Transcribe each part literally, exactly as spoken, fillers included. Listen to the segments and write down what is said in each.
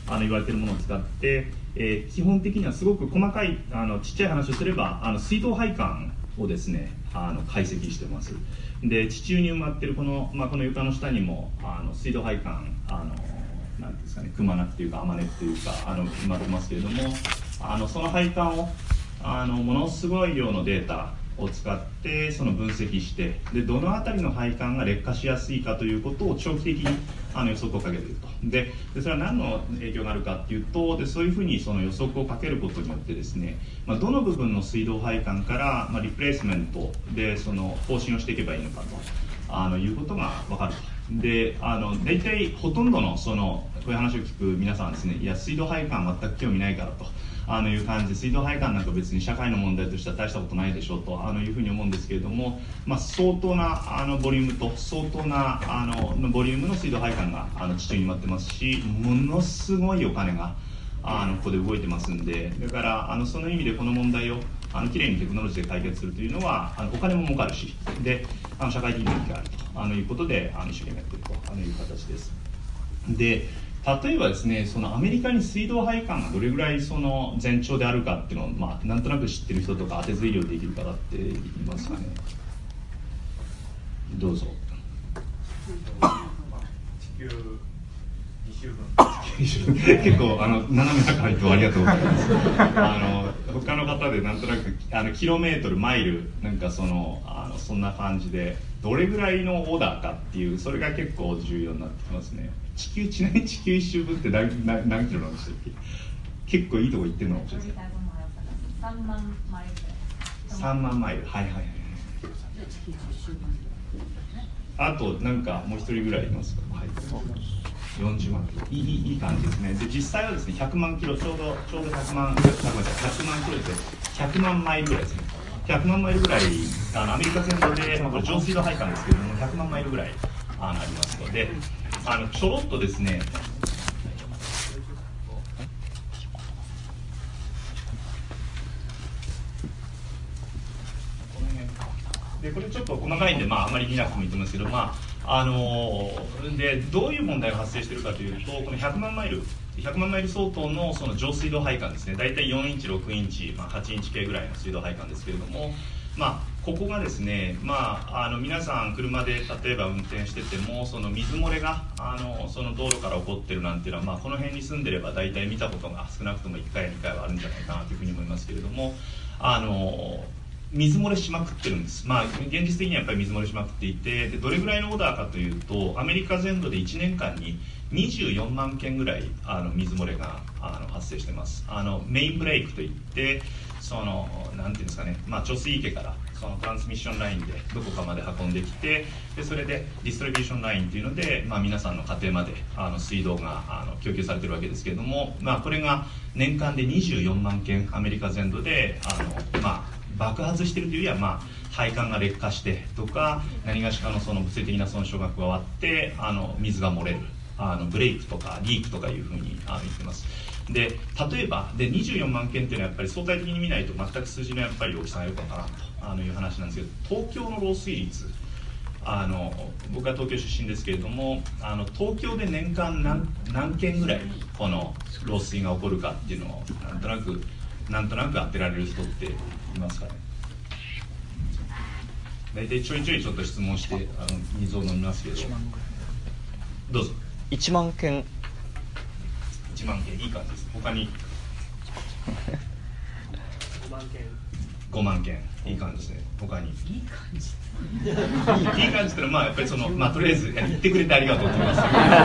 あの言われているものを使って、えー、基本的にはすごく細かいあのちっちゃい話をすればあの水道配管をですねあの解析してます。で地中に埋まっているこの、まあ、この床の下にもあの水道配管あのなんていうんですかね、くまなくというか甘根というかあの埋まってますけれども、あのその配管をあのものすごい量のデータを使ってその分析して、でどの辺りの配管が劣化しやすいかということを長期的にあの予測をかけていると。ででそれは何の影響があるかっていうと、でそういうふうにその予測をかけることによってですね、まあ、どの部分の水道配管から、まあ、リプレイスメントでその更新をしていけばいいのかとあのいうことが分かると。であの大体ほとんどのそのこういう話を聞く皆さんはですね、いや水道配管全く興味ないからとあのいう感じで、水道配管なんか別に社会の問題としては大したことないでしょうとあのいうふうに思うんですけれども、まあ、相当なあのボリュームと相当なあのボリュームの水道配管があの地中に埋まってますし、ものすごいお金があのここで動いてますんで、だからあのその意味でこの問題をあのきれいにテクノロジーで解決するというのはあのお金も儲かるし、であの社会的に人気があるとあのいうことであの一生懸命やっているとあのいう形です。で例えばですね、そのアメリカに水道配管がどれぐらいその全長であるかっていうのを、まあ、なんとなく知ってる人とか当て推量できる方っていますかね。どうぞ。 地球にしゅうぶん結構あの斜めな回答ありがとうございます。あの他の方でなんとなくあのキロメートルマイルなんかそのあのそんな感じでどれぐらいのオーダーかっていう、それが結構重要になってきますね。地球ちなみに地球一周分って 何, 何, 何キロなんでしたっけ。結構いいとこ行ってるのかもしれない。 さんまんマイル。 さんまんマイル、はいはいはい。あとなんかもう一人ぐらいいますか。はい。よんじゅうまんキロ、いいいい感じですね。で実際はですねひゃくまんキロ、ちょうどちょうどひゃくまん、ごめんなさい、ひゃくまんキロですひゃくまんマイルぐらいですね。ひゃくまんマイルぐらいあのアメリカ全土で、まあ、これ上水道配管ですけれどもひゃくまんマイルぐらいあのありますので、あのちょろっとですねでこれちょっと細かいんで、まあ、あまり見なくてもいいと思うんですけど、まああのー、でどういう問題が発生しているかというと、このひゃくまんマイルひゃくまんマイル相当 の, その上水道配管ですね、大体よんインチろくインチ、まあ、はちインチ系ぐらいの水道配管ですけれども、まあ、ここがですね、まあ、あの皆さん車で例えば運転しててもその水漏れがあのその道路から起こってるなんていうのは、まあ、この辺に住んでれば大体見たことが少なくともいっかいやにかいはあるんじゃないかなというふうに思いますけれども、あの水漏れしまくってるんです。まあ、現実的にはやっぱり水漏れしまくっていて、でどれぐらいのオーダーかというと、アメリカ全土でいちねんかんににじゅうよんまんけんぐらいあの水漏れがあの発生してます。あのメインブレイクといって、そのなんていうんですかね、まあ、貯水池からそのトランスミッションラインでどこかまで運んできて、でそれでディストリビューションラインというので、まあ、皆さんの家庭まであの水道があの供給されているわけですけれども、まあ、これが年間でにじゅうよんまんけんアメリカ全土であの、まあ爆発しているというよりは、まあ、配管が劣化してとか何がしかのその物理的な損傷が加わってあの水が漏れる、あのブレイクとかリークとかいうふうにあの言ってます。で例えばでにじゅうよんまんけんっていうのはやっぱり相対的に見ないと全く数字のやっぱり大きさがよくわからんとあのいう話なんですけど、東京の漏水率、あの僕は東京出身ですけれども、あの東京で年間 何, 何件ぐらいこの漏水が起こるかっていうのをなんとなくなんとなく当てられる人っていますかね。大体ちょいちょいちょっと質問してあの水を飲みますけど、どうぞ。 いちまんけん。いちまんけん、いい感じです。他にごまんけん。 ごまんけん、いい感じですね。他にいいい感じいい感じってのは、まあやっぱりその、まあとりあえず言ってくれてありがとうと思います。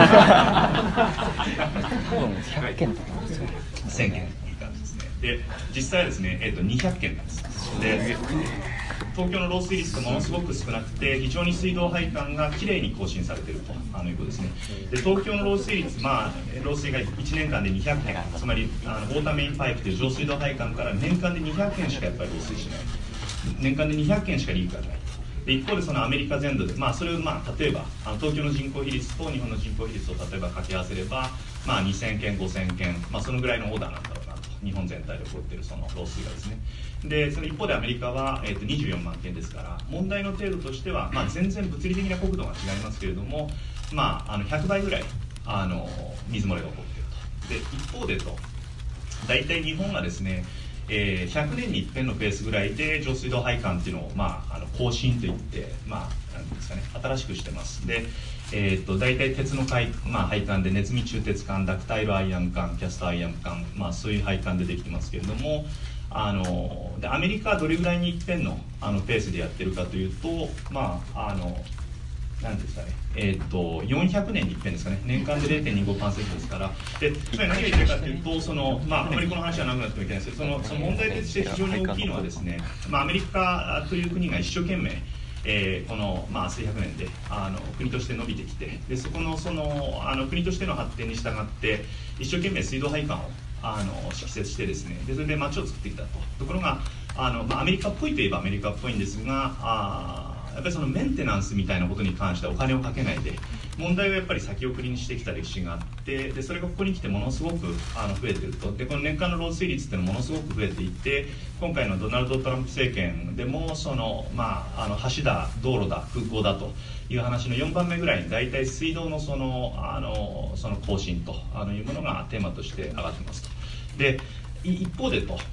多分ひゃっけんとかですよね。 せんけん、いい感じですね。で実際はですね、えー、とにひゃっけんなんです。で東京の漏水率がものすごく少なくて、非常に水道配管がきれいに更新されているとあのいうことですね。で東京の漏水率、まあ、漏水がいちねんかんでにひゃっけん、つまりあのウォーターメインパイプという上水道配管から年間でにひゃっけんしかやっぱり漏水しない、年間でにひゃっけんしかリークがない。で一方でそのアメリカ全土で、まあ、それを、まあ、例えばあの東京の人口比率と日本の人口比率を例えば掛け合わせれば、まあ、にせんけんごせんけん、まあ、そのぐらいのオーダーなんだろうなと、日本全体で起こっているその漏水がですね。でその一方でアメリカは、えー、とにじゅうよんまんけんですから、問題の程度としては、まあ、全然物理的な国度が違いますけれども、まあ、あのひゃくばいぐらいあの水漏れが起こっているで一方でと大体日本がですね、えー、ひゃくねんに一遍のペースぐらいで上水道配管っていうのを、まあ、あの更新といって、まあ、なんですかね、新しくしてます。で、えー、と大体鉄の配、まあ、配管でネズミ鋳鉄管、ダクタイルアイアン管、キャストアイアン管、まあ、そういう配管でできてますけれども、あのでアメリカはどれぐらいに一遍のあのペースでやってるかというと、まああのなんですかね、えー、とよんひゃくねんに一遍ですかね、年間で ゼロてんにごパーセント ですから、でつまり何が言いたいかというと、その、まあ、あまりこの話はなくなってもいけないですけど、そのその問題として非常に大きいのはですね、まあ、アメリカという国が一生懸命、えー、この、まあ、数百年であの国として伸びてきて、でそこのそのあの国としての発展に従って一生懸命水道配管をあの敷設してですね、でそれで街を作ってきたと。ところがあの、まあ、アメリカっぽいといえばアメリカっぽいんですが、あやっぱりそのメンテナンスみたいなことに関してはお金をかけないで、問題をやっぱり先送りにしてきた歴史があって、でそれがここに来てものすごくあの増えていると。でこの年間の漏水率っていうのもものすごく増えていて、今回のドナルド・トランプ政権でもその、まあ、あの橋だ、道路だ、空港だという話のよんばんめぐらいに大体水道のそのあのその更新とあのいうものがテーマとして上がってますと。で一方でと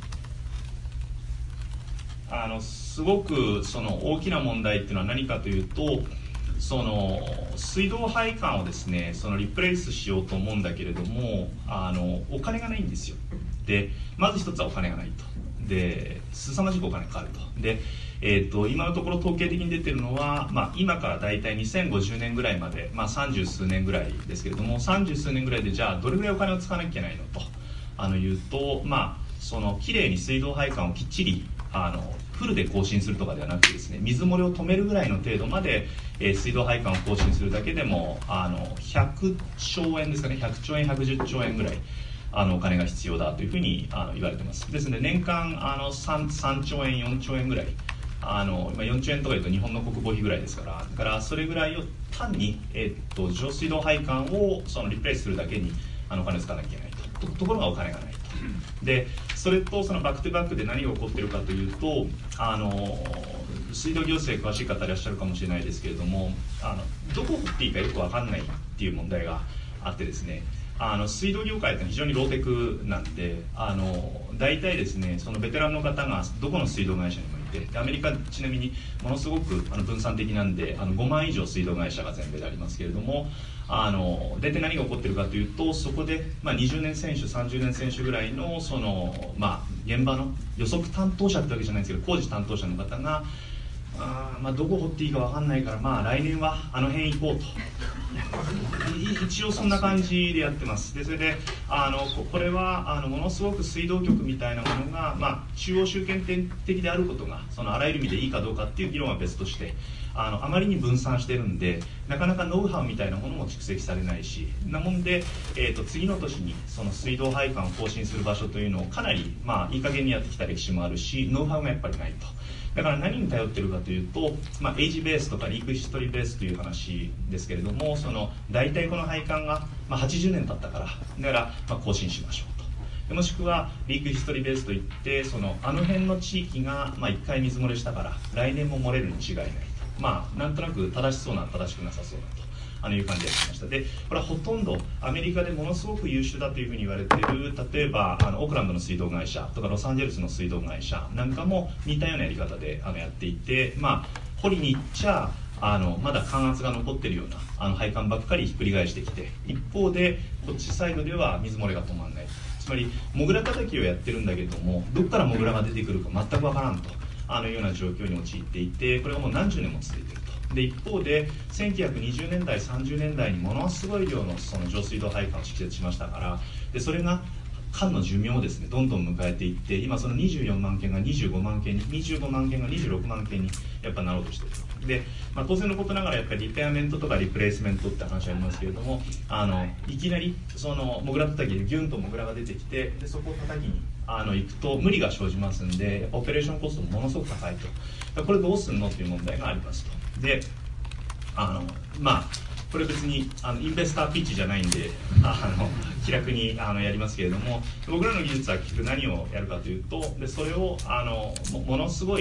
あのすごくその大きな問題っていうのは何かというと、その水道配管をですねそのリプレイスしようと思うんだけれども、あのお金がないんですよ。でまず一つはお金がないと。で凄まじくお金かかると。で、えー、と今のところ統計的に出てるのは、まあ、今から大体にせんごじゅうねんぐらいまで、まあ、三十数年ぐらいですけれども、三十数年ぐらいでじゃあどれぐらいお金を使わなきゃいけないのとあの言うと、まあそのきれいに水道配管をきっちりあのフルで更新するとかではなくてですね、水漏れを止めるぐらいの程度まで、えー、水道配管を更新するだけでもあのひゃくちょうえんですかね、ひゃくちょうえんひゃくじゅっちょうえんぐらいあのお金が必要だというふうにあの言われてます。ですので年間あの 3, さんちょうえんよんちょうえんぐらい、あのよんちょうえんとかいうと日本の国防費ぐらいですから、だからそれぐらいを単に、えー、っと上水道配管をそのリプレイスするだけにあのお金を使わなきゃいけないと。 と, ところがお金がないと。でそれとそのバックトゥバックで何が起こっているかというと、あの水道行政詳しい方いらっしゃるかもしれないですけれども、あのどこを掘っていいかよく分かんないっていう問題があってですね、あの水道業界って非常にローテクなんで、あの大体ですねそのベテランの方がどこの水道会社にもいて、アメリカちなみにものすごくあの分散的なんで、あのごまん以上水道会社が全米でありますけれども、あの大体何が起こっているかというと、そこで、まあ、にじゅうねん選手さんじゅうねん選手ぐらいのその、まあ、現場の予測担当者ってわけじゃないんですけど、工事担当者の方があ、まあ、どこ掘っていいか分かんないから、まあ、来年はあの辺行こうと一応そんな感じでやってます。でそれであのこれはあのものすごく水道局みたいなものが、まあ、中央集権的であることがそのあらゆる意味でいいかどうかっていう議論は別として、あのあまりに分散してるんでなかなかノウハウみたいなものも蓄積されないし、なもんで、えー、と次の年にその水道配管を更新する場所というのをかなり、まあ、いい加減にやってきた歴史もあるし、ノウハウがやっぱりないと。だから何に頼ってるかというと、まあ、エイジベースとかリークヒストリーベースという話ですけれども、その大体この配管が、まあ、はちじゅうねん経ったからだから、まあ、更新しましょうと。でもしくはリークヒストリーベースといって、そのあの辺の地域が、まあ、いっかい水漏れしたから来年も漏れるに違いないと、まあ、なんとなく正しそうな正しくなさそうなとあのいう感じがしました。でこれはほとんどアメリカでものすごく優秀だというふうに言われている、例えばあのオークランドの水道会社とかロサンゼルスの水道会社なんかも似たようなやり方であのやっていて、まあ、掘りに行っちゃあのまだ感圧が残っているようなあの配管ばっかりひっくり返してきて、一方でこっちサイドでは水漏れが止まらない。つまりモグラ叩きをやってるんだけども、どこからモグラが出てくるか全くわからんとあのような状況に陥っていて、これがもう何十年も続いていると。で一方でせんきゅうひゃくにじゅうねんだいさんじゅうねんだいにものすごい量のその上水道配管を敷設しましたから、でそれが間の寿命をですねどんどん迎えていって、今そのにじゅうよんまんけんがにじゅうごまんけんに、にじゅうごまんけんがにじゅうろくまんけんにやっぱなろうとしていると。で、まあ、当然のことながらやっぱりリペアメントとかリプレイスメントって話ありますけれども、あのいきなりそのモグラ叩きでギュンとモグラが出てきて、でそこを叩きにあの行くと無理が生じますんで、オペレーションコストもものすごく高いと。これどうすんのという問題がありますと。であのまあこれ別にあのインベスターピッチじゃないんであの気楽にあのやりますけれども、僕らの技術は結局何をやるかというと、でそれをあの も, ものすごい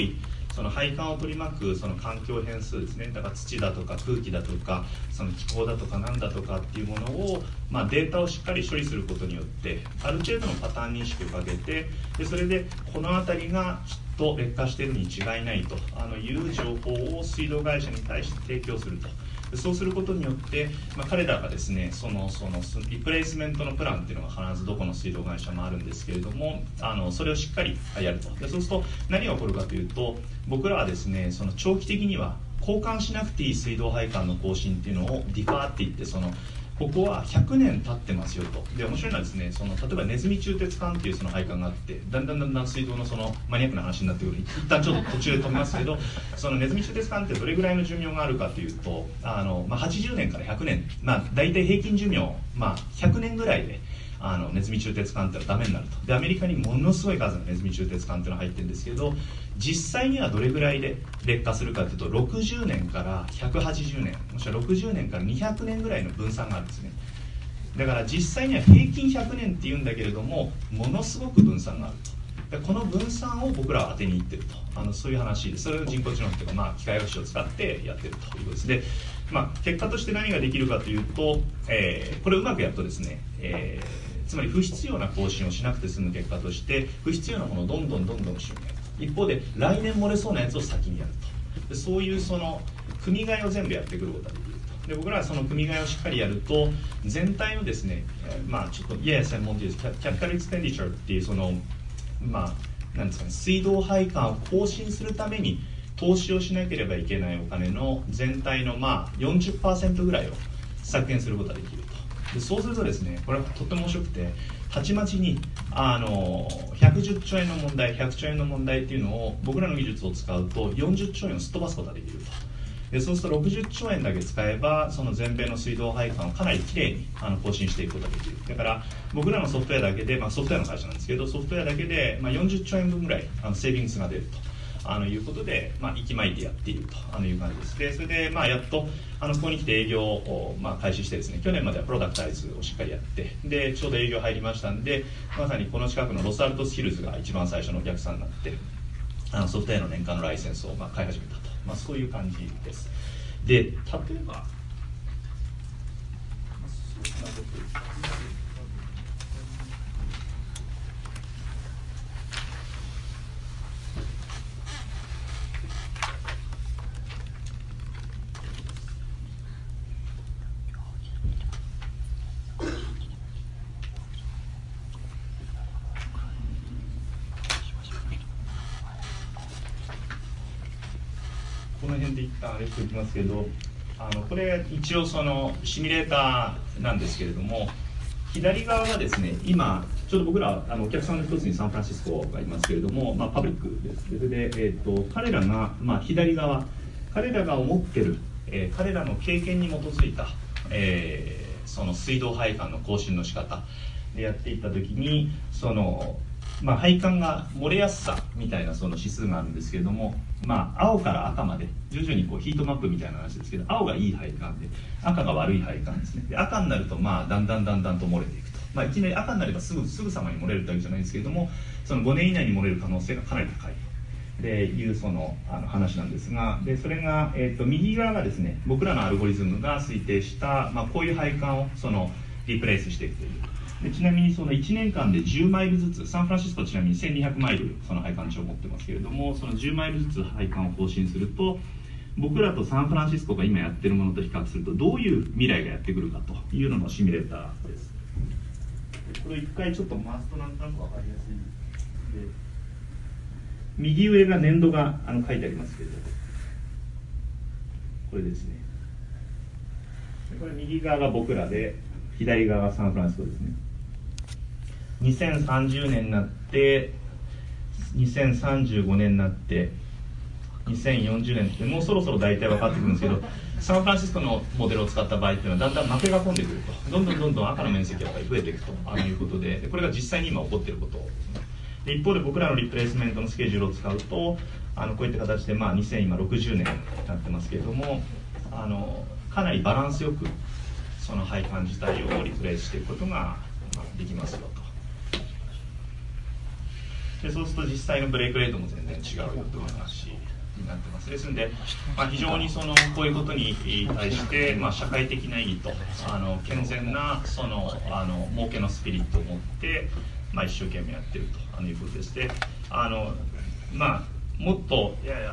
その配管を取り巻くその環境変数ですね、だから土だとか空気だとかその気候だとかなんだとかっていうものを、まあ、データをしっかり処理することによってある程度のパターン認識をかけて、でそれでこの辺りがきっと劣化しているに違いないとあのいう情報を水道会社に対して提供すると。そうすることによって、まあ、彼らがですねそのそのリプレイスメントのプランっていうのが必ずどこの水道会社もあるんですけれども、あのそれをしっかりやると。でそうすると何が起こるかというと、僕らはですねその長期的には交換しなくていい水道配管の更新っていうのをディファーって言って、そのここはひゃくねん経ってますよと。で面白いのはですね、その例えばネズミ鋳鉄管っていうその配管があって、だんだんだんだん水道のそのマニアックな話になってくる、一旦ちょっと途中で止めますけどそのネズミ鋳鉄管ってどれぐらいの寿命があるかというと、あの、まあ、はちじゅうねんからひゃくねん、まあ、大体平均寿命、まあ、ひゃくねんぐらいであのネズミ鋳鉄管ってのはダメになると。でアメリカにものすごい数のネズミ鋳鉄管っていうのが入ってるんですけど、実際にはどれぐらいで劣化するかというとろくじゅうねんからひゃくはちじゅうねん、もしくはろくじゅうねんからにひゃくねんぐらいの分散があるんですね。だから実際には平均ひゃくねんっていうんだけれども、ものすごく分散があると。でこの分散を僕らは当てにいってると、あのそういう話で、それを人工知能というか、まあ、機械学習を使ってやってるということです。で、まあ、結果として何ができるかというと、えー、これをうまくやるとですね、えー、つまり不必要な更新をしなくて済む結果として、不必要なものをどんどんどんどん収入やると。一方で来年漏れそうなやつを先にやると。でそういうその組み替えを全部やってくることができる。で僕らはその組み替えをしっかりやると、全体のですね、まあちょっとやや専門的です、キャピタルエクスペンディチャーっていうそのまあなんですかね、水道配管を更新するために投資をしなければいけないお金の全体のまあ よんじゅっパーセント ぐらいを削減することができると。でそうするとですね、これはとっても面白くて、たちまちにあのひゃくじゅっちょうえんの問題、ひゃくちょうえんの問題っていうのを僕らの技術を使うとよんじゅっちょうえんをすっ飛ばすことができると。でそうするとろくじゅっちょうえんだけ使えば、その全米の水道配管をかなりきれいにあの更新していくことができる。だから僕らのソフトウェアだけで、まあ、ソフトウェアの会社なんですけど、ソフトウェアだけで、まあ、よんじゅっちょうえんぶんぐらいあのセービングスが出るとあのいうことで、まあ、息巻いてやっているとあのいう感じです。でそれで、まあ、やっとあのここに来て営業を、まあ、開始してですね、去年まではプロダクタイズをしっかりやって、でちょうど営業入りましたんで、まさにこの近くのロスアルトスヒルズが一番最初のお客さんになって、あのソフトウェアの年間のライセンスを、まあ、買い始めたと、まあ、そういう感じです。で例えばこの辺で一旦あれしておきますけど、あのこれ一応そのシミュレーターなんですけれども、左側がですね、今ちょうど僕らあのお客さんの一つにサンフランシスコがいますけれども、まあ、パブリックです。それで、えー、と彼らが、まあ、左側、彼らが思ってる、えー、彼らの経験に基づいた、えー、その水道配管の更新の仕方でやっていった時に、そのまあ、配管が漏れやすさみたいなその指数があるんですけれども、まあ、青から赤まで徐々にこうヒートマップみたいな話ですけど、青がいい配管で赤が悪い配管ですね。で赤になるとまあだんだんだんだんと漏れていくと、まあ、いきなり赤になればすぐすぐさまに漏れるってわけじゃないんですけれども、そのごねん以内に漏れる可能性がかなり高いというそのあの話なんですが、でそれが、えー、と右側がですね、僕らのアルゴリズムが推定した、まあ、こういう配管をそのリプレイスしていくという。でちなみにそのいちねんかんでじゅうマイルずつ、サンフランシスコはちなみにせんにひゃくマイルその配管値を持ってますけれども、そのじゅうマイルずつ配管を更新すると、僕らとサンフランシスコが今やってるものと比較するとどういう未来がやってくるかというののシミュレーターです。でこれ一回ちょっと回すとなんとなく分かりやすいで、右上が年度があの書いてありますけれど、これですね。でこれ右側が僕らで、左側がサンフランシスコですね。にせんさんじゅうねんになって、にせんさんじゅうごねんになって、にせんよんじゅうねんって、もうそろそろ大体分かってくるんですけど、サンフランシスコのモデルを使った場合っていうのはだんだん負けが込んでくると、どんどんどんどん赤の面積がやっぱり増えていくということで、これが実際に今起こっていることで、一方で僕らのリプレイスメントのスケジュールを使うと、あのこういった形で、まあ、にせんろくじゅうねんになってますけれども、あのかなりバランスよくその配管自体をリプレイスしていくことができますよと。でそうすると実際のブレイクレートも全然違うよと思いますし、 になってます。ですので、まあ、非常にそのこういうことに対して、まあ、社会的な意義とあの健全なそのあの儲けのスピリットを持って、まあ、一生懸命やってるということです。で、あのまあもっといやいや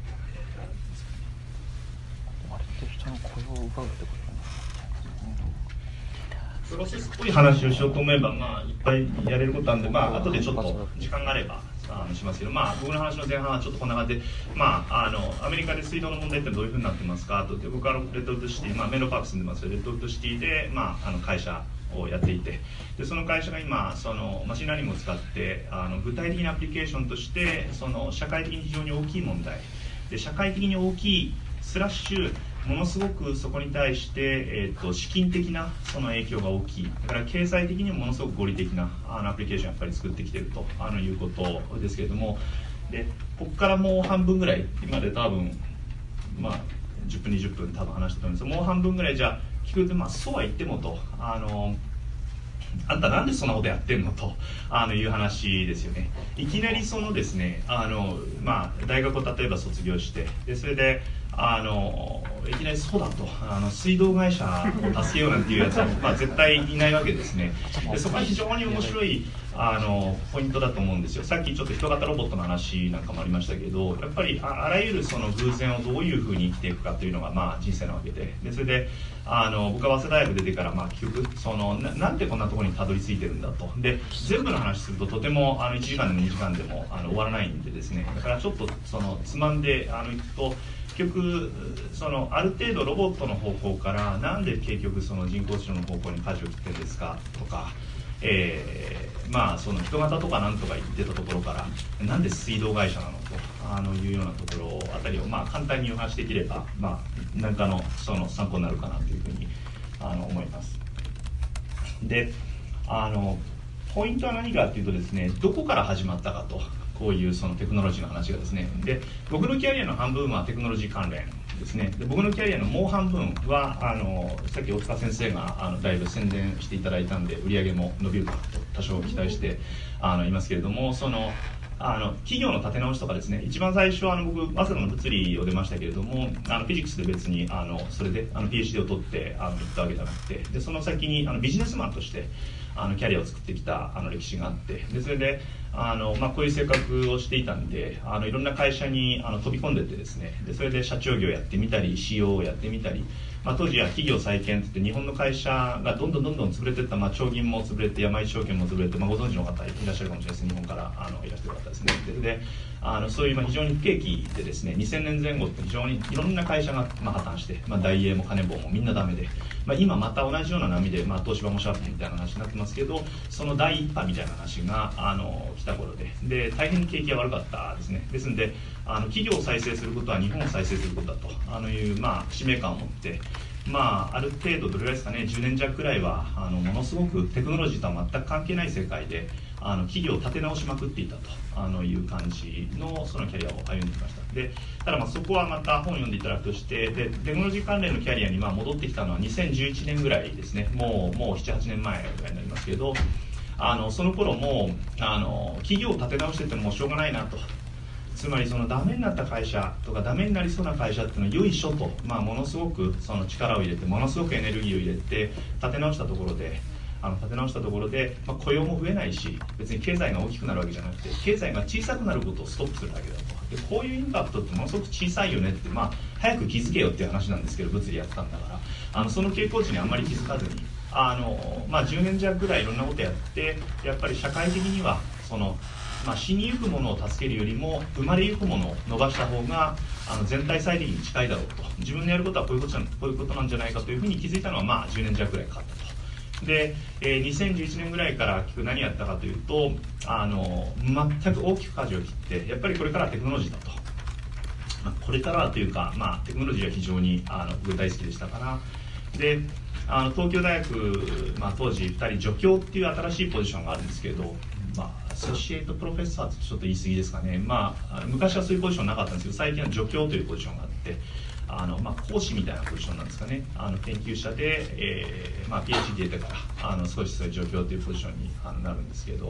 あれって人の雇用を奪うってことになっちゃいますね。 プロセスっぽい話をしようと思えば、まあ、いっぱいやれることなんで、まあ後でちょっと時間があればあのしますけど、まあ、僕の話の前半はちょっとこんな感じで、まあ、あのアメリカで水道の問題ってどういうふうになってますかと。で、僕はレッドウッドシティ、まあ、メンロパーク住んでますよ。レッドウッドシティで、まあ、あの会社をやっていて、でその会社が今そのマシンラーニングを使ってあの具体的なアプリケーションとしてその社会的に非常に大きい問題で、社会的に大きいスラッシュものすごくそこに対して、えー、と資金的なその影響が大きい。だから経済的にもものすごく合理的なあのアプリケーションをやっぱり作ってきているとあのいうことですけれども、でここからもう半分ぐらい今で多分まあじゅっぷんにじゅっぷん多分話したと思うんですけど、もう半分ぐらいじゃあ聞くと、まあそうは言ってもとあのあんたなんでそんなことやってんのとあのいう話ですよね。いきなりそのですねあの、まあ、大学を例えば卒業して、でそれであのいきなりそうだとあの水道会社を助けようなんていうやつは、まあ、絶対いないわけですね。でそこは非常に面白いあのポイントだと思うんですよ。さっきちょっと人型ロボットの話なんかもありましたけど、やっぱり あ, あらゆるその偶然をどういうふうに生きていくかというのが、まあ、人生なわけで、でそれであの僕は早稲田大学出てから、まあ、結局その な, なんでこんなところにたどり着いてるんだと。で全部の話するととてもあのいちじかんでもにじかんでもあの終わらないんでですね、だからちょっとそのつまんであのいくと結局そのある程度ロボットの方向からなんで結局その人工知能の方向に舵を切ってるんですかとか、えー、まあその人型とかなんとか言ってたところからなんで水道会社なのとあのいうようなところあたりをまあ簡単にお話しできれば、まあ、何かのその参考になるかなというふうにあの思います。であのポイントは何かというとですね、どこから始まったかと。こういうそのテクノロジーの話がですね、で僕のキャリアの半分はテクノロジー関連ですね。で僕のキャリアのもう半分はあのさっき大塚先生があのだいぶ宣伝していただいたんで売り上げも伸びるかと多少期待してあのいますけれども、そのあの企業の立て直しとかですね、一番最初はあの僕早稲田の物理を出ましたけれども、あのフィジックスで別にあのそれであの ピーエイチディー を取ってあの行ったわけじゃなくて、でその先にあのビジネスマンとしてあのキャリアを作ってきたあの歴史があって、でそれであの、まあ、こういう性格をしていたんであのいろんな会社にあの飛び込んでってですね、でそれで社長業やってみたり シーイーオー をやってみたり、まあ、当時は企業再建っていって日本の会社がどんどんどんどん潰れていった、まあ、長銀も潰れて山一証券も潰れて、まあ、ご存知の方いらっしゃるかもしれないです。日本からあのいらっしゃる方ですね。でであのそういうまあ非常に不景気でですね、にせんねんぜん後って非常にいろんな会社がまあ破綻して、まあ、大英もカネボウもみんなダメで、まあ、今また同じような波で、まあ、東芝もシャープみたいな話になってますけど、その第一波みたいな話があの来た頃で、で大変景気が悪かったですね。ですのであの企業を再生することは日本を再生することだとあのいう、まあ、使命感を持って、まあ、ある程度どれぐらいですかね、じゅうねん弱くらいはあのものすごくテクノロジーとは全く関係ない世界であの企業を立て直しまくっていたとあのいう感じのそのキャリアを歩んできました。でただまあそこはまた本を読んでいただくとして、でテクノロジー関連のキャリアにまあ戻ってきたのはにせんじゅういちねんぐらいですね。もうもうななはちねんまえぐらいになりますけど、あのその頃もあの企業を立て直しててもしょうがないなと。つまりそのダメになった会社とかダメになりそうな会社っていうのはよいしょと、まあ、ものすごくその力を入れてものすごくエネルギーを入れて立て直したところであの立て直したところで、まあ、雇用も増えないし別に経済が大きくなるわけじゃなくて経済が小さくなることをストップするだけだと。でこういうインパクトってものすごく小さいよねって、まあ、早く気づけよっていう話なんですけど、物理やったんだからあのその傾向値にあんまり気づかずにあの、まあ、じゅうねん弱ぐらいいろんなことやってやっぱり社会的にはそのまあ、死にゆくものを助けるよりも生まれゆくものを伸ばした方があの全体再利益に近いだろうと。自分のやることはこういうことじゃ、こういうことなんじゃないかというふうに気づいたのはまあじゅうねん弱ぐらいかかったと。で、えー、にせんじゅういちねんぐらいから結局何やったかというとあの全く大きく舵を切ってやっぱりこれからはテクノロジーだと、まあ、これからはというか、まあ、テクノロジーは非常にあの僕大好きでしたからであの東京大学、まあ、当時ふたり助教っていう新しいポジションがあるんですけど、まあ、アソシエイトプロフェッサーってちょっと言い過ぎですかね、まあ、昔はそういうポジションなかったんですけど最近は助教というポジションがあってあの、まあ、講師みたいなポジションなんですかね。あの研究者で、えーまあ、ピーエイチディー 出てからあの少しそういう助教というポジションにあのなるんですけど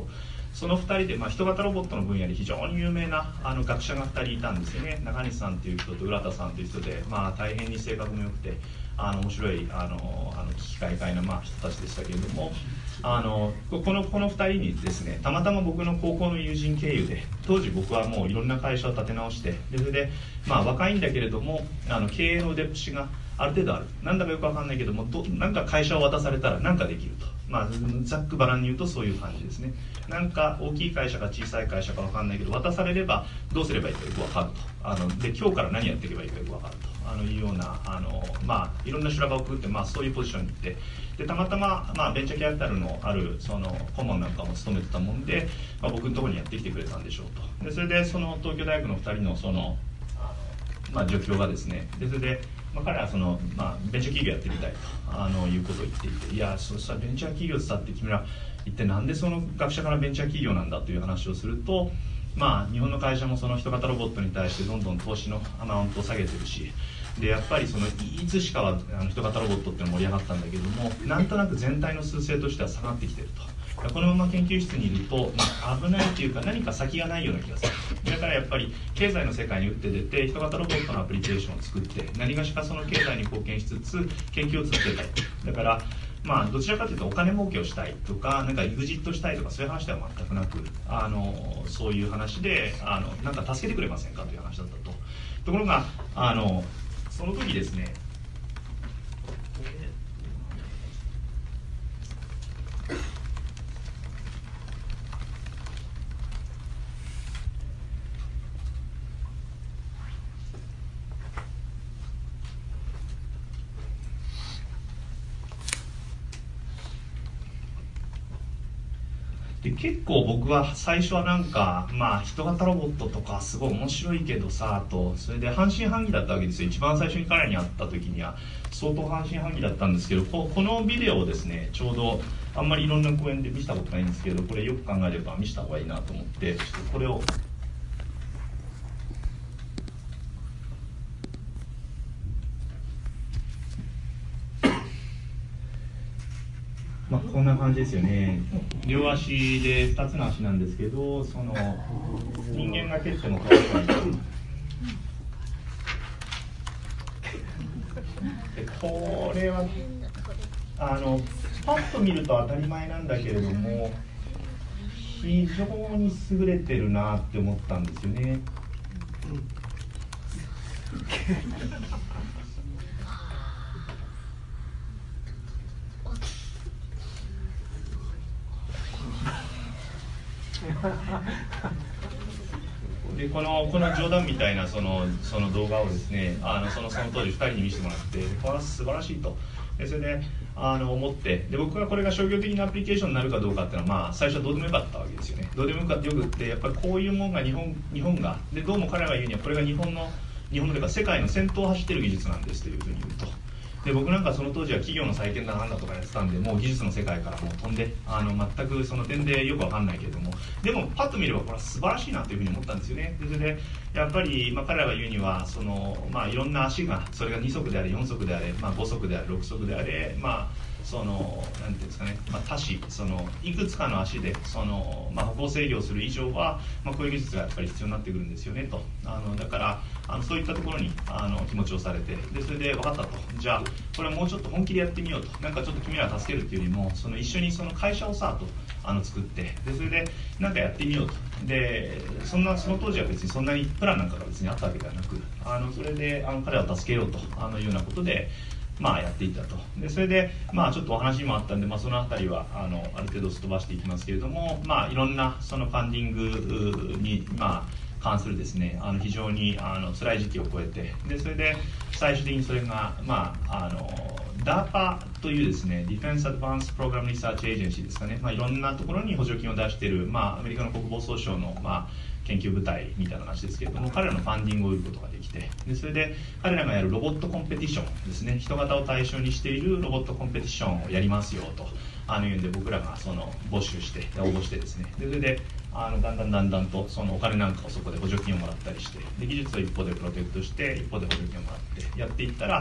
そのふたりで、まあ、人型ロボットの分野で非常に有名なあの学者がふたりいたんですよね。中西さんという人と浦田さんという人で、まあ、大変に性格も良くてあの面白いあのあの危機快快な、まあ、人たちでしたけれども、あのこのこのふたりにですね、たまたま僕の高校の友人経由で、当時僕はもういろんな会社を立て直して、でそれで、まあ、若いんだけれどもあの経営の腕っぷしがある程度ある、なんだかよくわかんないけども、どなんか会社を渡されたら何かできると、まあ、ざっくばらんに言うとそういう感じですね。なんか大きい会社か小さい会社かわかんないけど、渡されればどうすればいいかよくわかると、あので今日から何やっていけばいいかよくわかるとあのいうようなあの、まあ、いろんな修羅場をくぐって、まあ、そういうポジションに行って、でたまたま、まあ、ベンチャーキャピタルのあるその顧問なんかも務めてたもんで、まあ、僕のところにやってきてくれたんでしょうと。でそれでその東京大学のふたりのそのあの、まあ、助教がですね、でそれで、まあ、彼はその、まあ、ベンチャー企業やってみたいとあのいうことを言っていて、いやそしたらベンチャー企業って言って君ら一体なんでその学者からベンチャー企業なんだという話をすると、まあ、日本の会社もその人型ロボットに対してどんどん投資のアマウントを下げてるし、でやっぱりそのいつしかはあの人型ロボットっていうの盛り上がったんだけども、なんとなく全体の数勢としては下がってきてると。このまま研究室にいると、まあ、危ないというか何か先がないような気がする。だからやっぱり経済の世界に打って出て人型ロボットのアプリケーションを作って何がしかその経済に貢献しつつ研究を続けたい。だからまあどちらかというとお金儲けをしたいとかなんかエグジットしたいとかそういう話では全くなく、あのそういう話であのなんか助けてくれませんかという話だったと。ところがあのその時ですね、で結構僕は最初はなんか、まあ、人型ロボットとかすごい面白いけどさと、それで半信半疑だったわけですよ。一番最初に彼に会った時には相当半信半疑だったんですけど、こ, このビデオをですねちょうどあんまりいろんな講演で見せたことないんですけど、これよく考えれば見せた方がいいなと思って、ちょっとこれをまあ、こんな感じですよね。両足でふたつの足なんですけど、その人間が蹴っても変わらない。でこれはあのパッと見ると当たり前なんだけれども非常に優れてるなって思ったんですよね。でこのこの冗談みたいなそのその動画をですね、あのそのその当時ふたりに見せてもらって、これは素晴らしいと。でそれであの思って、で僕がこれが商業的なアプリケーションになるかどうかっていうのは、まあ、最初はどうでもよかったわけですよね。どうでもよかったよくって、やっぱりこういうものが日本日本がでどうも彼らが言うにはこれが日本の日本のというか世界の先頭を走ってる技術なんですというふうに言うと。で僕なんかその当時は企業の再建だなんだとかやってたんで、もう技術の世界からもう飛んであの全くその点でよくわかんないけれども、でもパッと見ればこれは素晴らしいなというふうに思ったんですよね。でそれでやっぱり、まあ、彼らが言うにはその、まあ、いろんな足がそれがに足であれよん足であれ、まあ、ご足であれろく足であれ、まあそのなんていうんですかね、まあ、多種そのいくつかの足でその、まあ、歩行制御する以上は、まあ、こういう技術がやっぱり必要になってくるんですよねと。あのだからあのそういったところにあの気持ちをされて、でそれで分かったと、じゃあこれはもうちょっと本気でやってみようと、なんかちょっと君ら助けるっていうよりもその一緒にその会社をさとあの作って、でそれでなんかやってみようと。でそんなその当時は別にそんなにプランなんかが別にあったわけではなく、あのそれであの彼らを助けようとあのいうようなことでまあやっていったと。でそれでまあちょっとお話もあったんで、まあ、そのあたりはあのある程度すっ飛ばしていきますけれども、まあいろんなそのファンディングにまあ関するですね、あの非常にあの辛い時期を超えて、でそれで最終的にそれがまああの ダーパ というですね Defense Advanced Program Research Agency ですかね、まあ、いろんなところに補助金を出している、まあ、アメリカの国防総省のまあ研究部隊みたいな話ですけれども、彼らのファンディングを得ることができて、でそれで彼らがやるロボットコンペティションですね、人型を対象にしているロボットコンペティションをやりますよとあのいうんで僕らがその募集して応募してですね、でそれであのだんだんだんだんとそのお金なんかをそこで補助金をもらったりして、で技術を一方でプロテクトして一方で補助金をもらってやっていったら、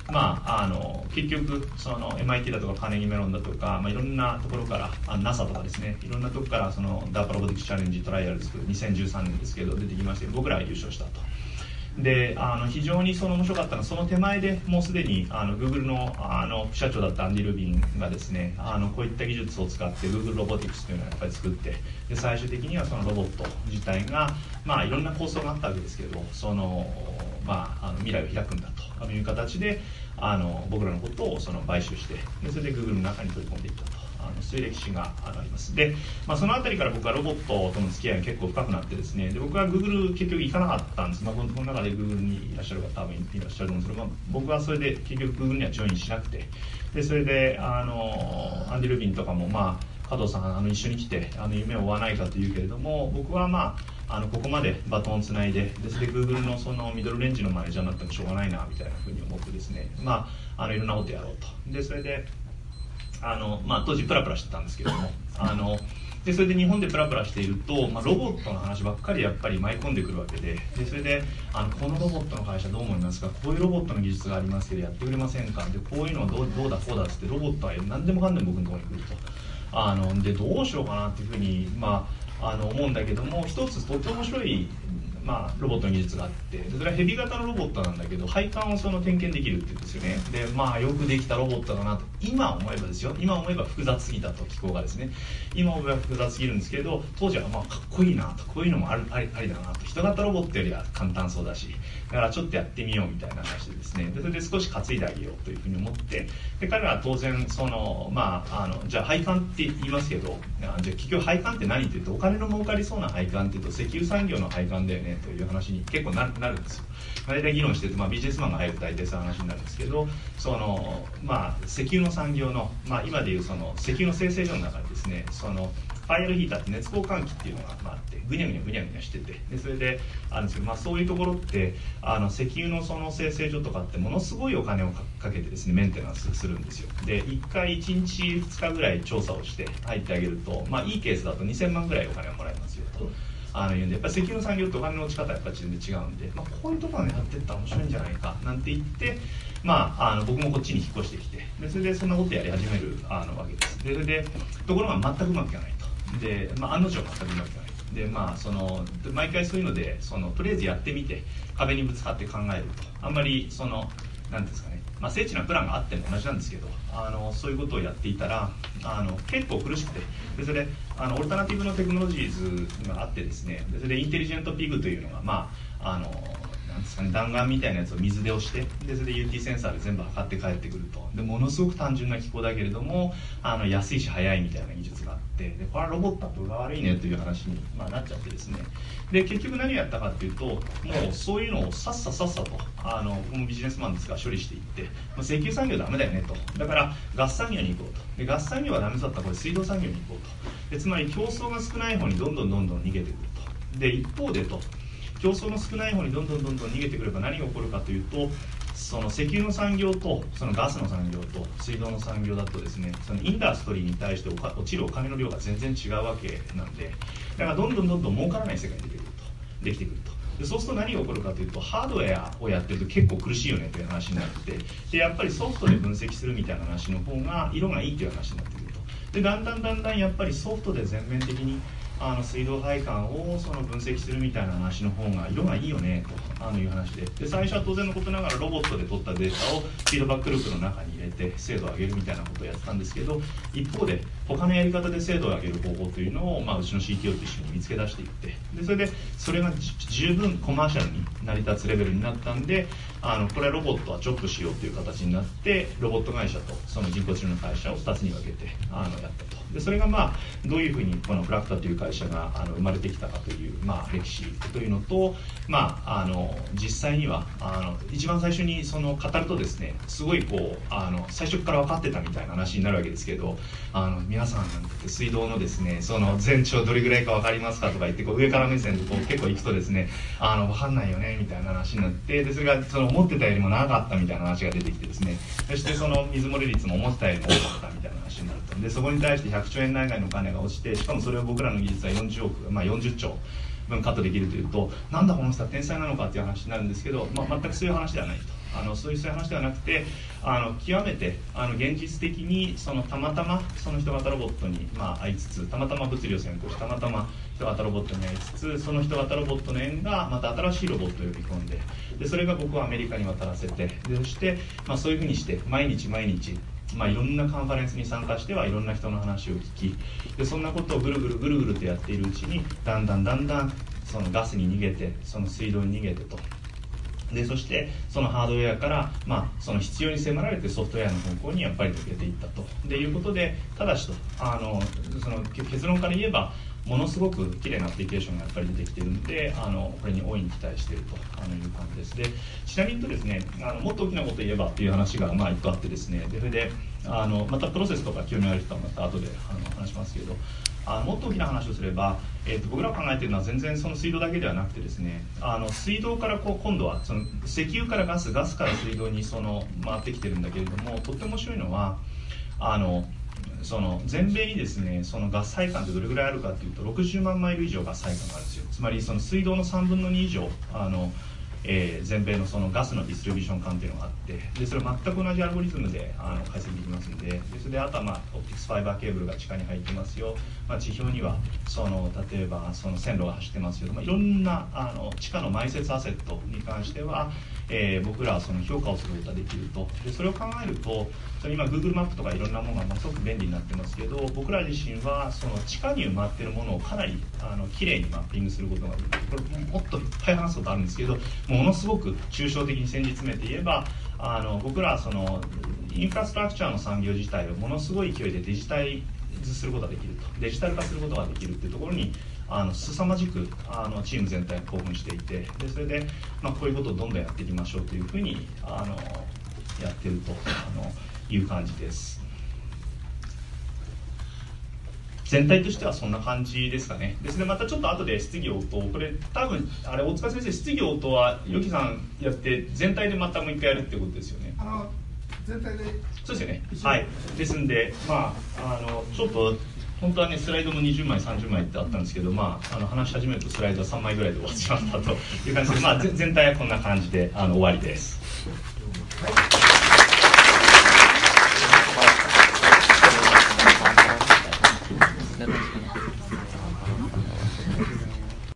まあ、あの結局その エムアイティー だとかカーネギーメロンだとか、まあ、いろんなところからあ ナサ とかですね、いろんなところからその ダーパ ロボティクスチャレンジトライアルズにせんじゅうさんねんですけど出てきまして、僕らが優勝したと。であの非常にその面白かったのは、その手前でもうすでにあの Google のあの副社長だったアンディ・ルビンがですね、あのこういった技術を使って Google ロボティクスというのをやっぱり作って、で最終的にはそのロボット自体が、まあ、いろんな構想があったわけですけど、その、まあ、あの未来を開くんだという形であの僕らのことをその買収して、でそれで Google の中に取り込んでいったと。あのそういう歴史があります。で、まあ、そのあたりから僕はロボットとの付き合いが結構深くなってですね、で僕は Google 結局行かなかったんです。まあ、この中で Google にいらっしゃる方多分いらっしゃると思うんですけど、まあ、僕はそれで結局 Google にはジョインしなくて、でそれであのアンディ・ルビンとかも、まあ、加藤さんあの一緒に来てあの夢を追わないかというけれども、僕はまああのここまでバトンをつないで、でそれで Google のそのミドルレンジのマネージャーになってもしょうがないなみたいなふうに思ってですね、まあ、あのいろんなことやろうと。でそれであのまあ、当時プラプラしてたんですけども、あのでそれで日本でプラプラしていると、まあ、ロボットの話ばっかりやっぱり舞い込んでくるわけで、でそれであのこのロボットの会社どう思いますか、こういうロボットの技術がありますけどやってくれませんか、でこういうのはどう、どうだこうだっつってロボットは何でもかんでも僕のところに来ると、あのでどうしようかなっていうふうに、まあ、あの思うんだけども、一つとっても面白いまあ、ロボットの技術があって、それはヘビ型のロボットなんだけど配管をその点検できるっていうんですよね。でまあよくできたロボットだなと今思えばですよ、今思えば複雑すぎたと、機構がですね、今思えば複雑すぎるんですけど、当時はまあかっこいいなと、こういうのもあるありありだなと、人型ロボットよりは簡単そうだし、だからちょっとやってみようみたいな話でですね、でそれで少し担いであげようというふうに思って、で彼らは当然そのまああのじゃあ配管って言いますけど、じゃあ結局配管って何って言うと、お金の儲かりそうな配管っていうと石油産業の配管だよねという話に結構な る, なるんですよ。大体議論してると、まあ、ビジネスマンが入ると大体そういう話になるんですけど、その、まあ、石油の産業の、まあ、今でいうその石油の精製所の中にですね、そのファイアルヒーターって熱交換器っていうのがあってぐにゃぐにゃぐにゃぐにゃしてて、でそれであるんですけど、まあ、そういうところってあの石油のその精製所とかってものすごいお金をかけてですねメンテナンスするんですよ。でいっかいいちにちふつかぐらい調査をして入ってあげると、まあ、いいケースだとにせんまんぐらいお金をもらえますよと。あの言うんで、やっぱり石油の産業とお金の落ち方はやっぱり全然違うんで、まあ、こういうところでやっていったら面白いんじゃないかなんて言って、まあ、あの僕もこっちに引っ越してきて、でそれでそんなことやり始めるあのわけです。でそれでところが全くうまくいかないと。で、まあ、案の定全くうまくいかないと。でまあ、その毎回そういうのでそのとりあえずやってみて壁にぶつかって考えると、あんまりそのなんですかね、まあ、精緻なプランがあっても同じなんですけど、あのそういうことをやっていたらあの結構苦しくて、でそれであのオルタナティブのテクノロジーズがあってですね、でそれでインテリジェントピグというのが、まああのなんですかね、弾丸みたいなやつを水で押して、でそれで ユーティー センサーで全部測って帰ってくると。でものすごく単純な機構だけれどもあの安いし早いみたいな技術があって、でこれはロボットとが悪いねという話に、まあ、なっちゃってですね、で結局何をやったかっていうと、もうそういうのをさっささっさとあのこのビジネスマンですが処理していって、もう石油産業ダメだよねと、だからガス産業に行こうと。でガス産業はダメだったらこれ水道産業に行こうと。でつまり競争が少ない方にどんどんどんどん逃げてくると。で一方でと競争の少ない方にどんどんどんどん逃げてくれば何が起こるかというと、その石油の産業とそのガスの産業と水道の産業だとですね、そのインダストリーに対して落ちるお金の量が全然違うわけなんで、だからどんどんどんどん儲からない世界に出てくるとできてくると。でそうすると何が起こるかというと、ハードウェアをやってると結構苦しいよねという話になって、でやっぱりソフトで分析するみたいな話の方が色がいいという話になってくると。でだんだんだんだんやっぱりソフトで全面的にあの水道配管をその分析するみたいな話の方が色がいいよねとあのいう話で、で最初は当然のことながらロボットで取ったデータをフィードバックループの中に入れて精度を上げるみたいなことをやってたんですけど、一方で他のやり方で精度を上げる方法というのを、まあ、うちの シーティーオー と一緒に見つけ出していって、でそれでそれが十分コマーシャルに成り立つレベルになったんで、あのこれはロボットはチョップしようという形になって、ロボット会社とその人工知能の会社をふたつに分けてあのやったと。でそれがまあどういうふうにこのフラクタという会社があの生まれてきたかという、まあ、歴史というのと、まあ、あの実際にはあの一番最初にその語るとですね、すごいこうあの最初から分かってたみたいな話になるわけですけど、あの皆さんなんて水道のですねその全長どれぐらいか分かりますかとか言ってこう上から目線でこう結構行くとですね、あの分かんないよねみたいな話になって、でそれがその思ってたよりも長かったみたいな話が出てきてですね、そしてその水漏れ率も思ってたよりも多かったみたいな話になると。でそこに対してひゃくちょうえん内外のお金が落ちて、しかもそれを僕らの技術はよんじゅうおく、まあ、よんじゅっちょうぶんカットできるというと、なんだこの人は天才なのかっていう話になるんですけど、まあ、全くそういう話ではないと。 あのそういうそういう話ではなくて、あの極めてあの現実的にそのたまたまその人型ロボットに、まあ、会いつつ、たまたま物理を専攻してたまたま人型ロボットに会いつつ、その人型ロボットの縁がまた新しいロボットを呼び込んで、でそれが僕はアメリカに渡らせて、でそして、まあ、そういうふうにして毎日毎日、まあ、いろんなカンファレンスに参加してはいろんな人の話を聞き、でそんなことをぐるぐるぐるぐるとやっているうちに、だんだんだんだんそのガスに逃げて、その水道に逃げてと。でそしてそのハードウェアから、まあ、その必要に迫られてソフトウェアの方向にやっぱり抜けていったとでいうことで、ただしとあのその結論から言えば、ものすごく綺麗なアプリケーションがやっぱり出てきているので、あのこれに大いに期待しているとあのいう感じです。でちなみに言うとですね、あのもっと大きなことを言えばっていう話がまあ一個あってですね、でそれであのまたプロセスとか興味ある人はまた後であの話しますけど、あのもっと大きな話をすれば、えー、と僕らが考えているのは全然その水道だけではなくてですね、あの水道からこう今度はその石油からガス、ガスから水道にその回ってきてるんだけれども、とっても面白いのはあのその全米にですね、そのガス配管ってどれぐらいあるかというとろくじゅうまんマイル以上ガス配管があるんですよ。つまりその水道のさんぶんのに以上あのえー、全米のそのガスのディストリビューション管っていうのがあって、でそれ全く同じアルゴリズムであの解析できますので、でそれであとは、まあ、オプティクスファイバーケーブルが地下に入ってますよ、まあ、地表にはその例えばその線路が走ってますよ、まあ、いろんなあの地下の埋設アセットに関しては、えー、僕らはその評価をすることができると。でそれを考えると、その今 Google マップとかいろんなものがものすごく便利になってますけど、僕ら自身はその地下に埋まっているものをかなりあのきれいにマッピングすることができる。これもっといっぱい話すことあるんですけど、ものすごく抽象的に線に詰めて言えば、あの僕らはそのインフラストラクチャーの産業自体をものすごい勢いでデジタイズすることができると、デジタル化することができるっていうところにあの凄まじくあのチーム全体が興奮していて、でそれで、まあ、こういうことをどんどんやっていきましょうというふうにあのやってるとあのいう感じです。全体としてはそんな感じですかね。でそれでまたちょっと後で質疑応答、これ多分あれ大塚先生、質疑応答はヨキさんやって全体でまたもう一回やるってことですよね。 あの全体でそうですよね。はい。ですんで、まああのちょっと本当はねスライドもにじゅうまいさんじゅうまいってあったんですけど、まああの話し始めるとスライドはさんまいぐらいで終わってしまったという感じで、まあ全体はこんな感じであの終わりです。 はい。